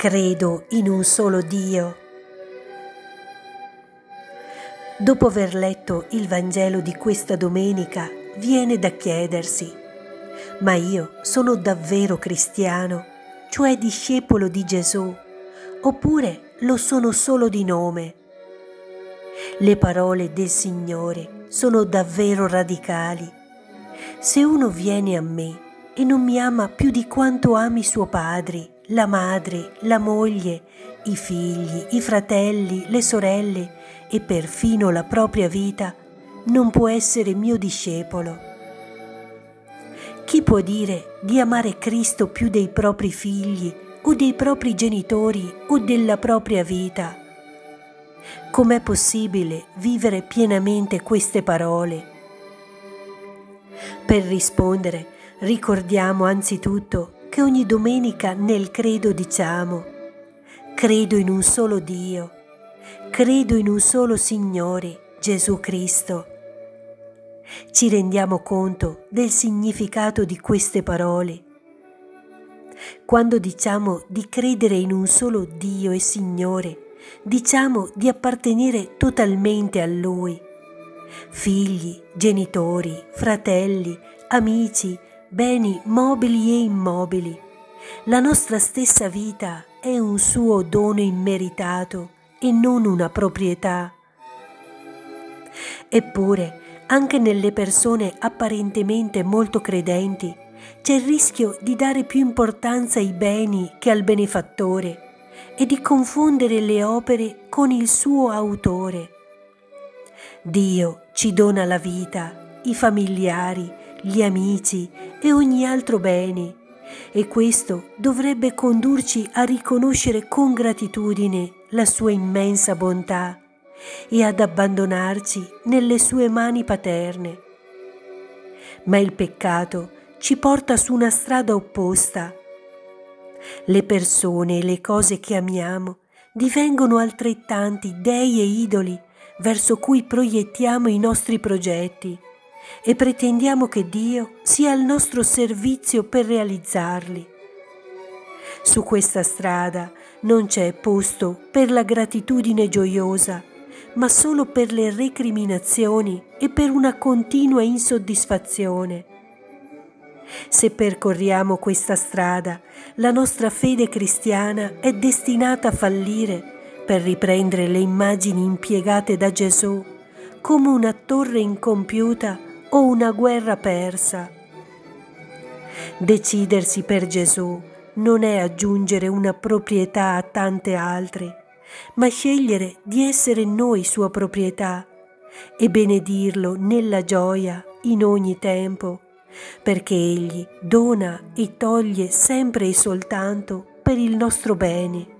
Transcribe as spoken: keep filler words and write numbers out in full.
Credo in un solo Dio. Dopo aver letto il Vangelo di questa domenica, viene da chiedersi: ma io sono davvero cristiano, cioè discepolo di Gesù, oppure lo sono solo di nome? Le parole del Signore sono davvero radicali. Se uno viene a me e non mi ama più di quanto ami suo padre, la madre, la moglie, i figli, i fratelli, le sorelle e perfino la propria vita, non può essere mio discepolo. Chi può dire di amare Cristo più dei propri figli o dei propri genitori o della propria vita? Com'è possibile vivere pienamente queste parole? Per rispondere, ricordiamo anzitutto che ogni domenica nel credo diciamo: credo in un solo Dio, credo in un solo Signore, Gesù Cristo. Ci rendiamo conto del significato di queste parole. Quando diciamo di credere in un solo Dio e Signore, diciamo di appartenere totalmente a Lui. Figli, genitori, fratelli, amici, beni mobili e immobili. La nostra stessa vita è un suo dono immeritato e non una proprietà. Eppure, anche nelle persone apparentemente molto credenti, c'è il rischio di dare più importanza ai beni che al benefattore e di confondere le opere con il suo autore. Dio ci dona la vita, i familiari, gli amici e ogni altro bene, e questo dovrebbe condurci a riconoscere con gratitudine la sua immensa bontà e ad abbandonarci nelle sue mani paterne. Ma il peccato ci porta su una strada opposta. Le persone e le cose che amiamo divengono altrettanti dei e idoli verso cui proiettiamo i nostri progetti e pretendiamo che Dio sia al nostro servizio per realizzarli. Su questa strada non c'è posto per la gratitudine gioiosa, ma solo per le recriminazioni e per una continua insoddisfazione. Se percorriamo questa strada, la nostra fede cristiana è destinata a fallire per riprendere le immagini impiegate da Gesù come una torre incompiuta o una guerra persa. Decidersi per Gesù non è aggiungere una proprietà a tante altre, ma scegliere di essere noi sua proprietà e benedirlo nella gioia in ogni tempo, perché Egli dona e toglie sempre e soltanto per il nostro bene.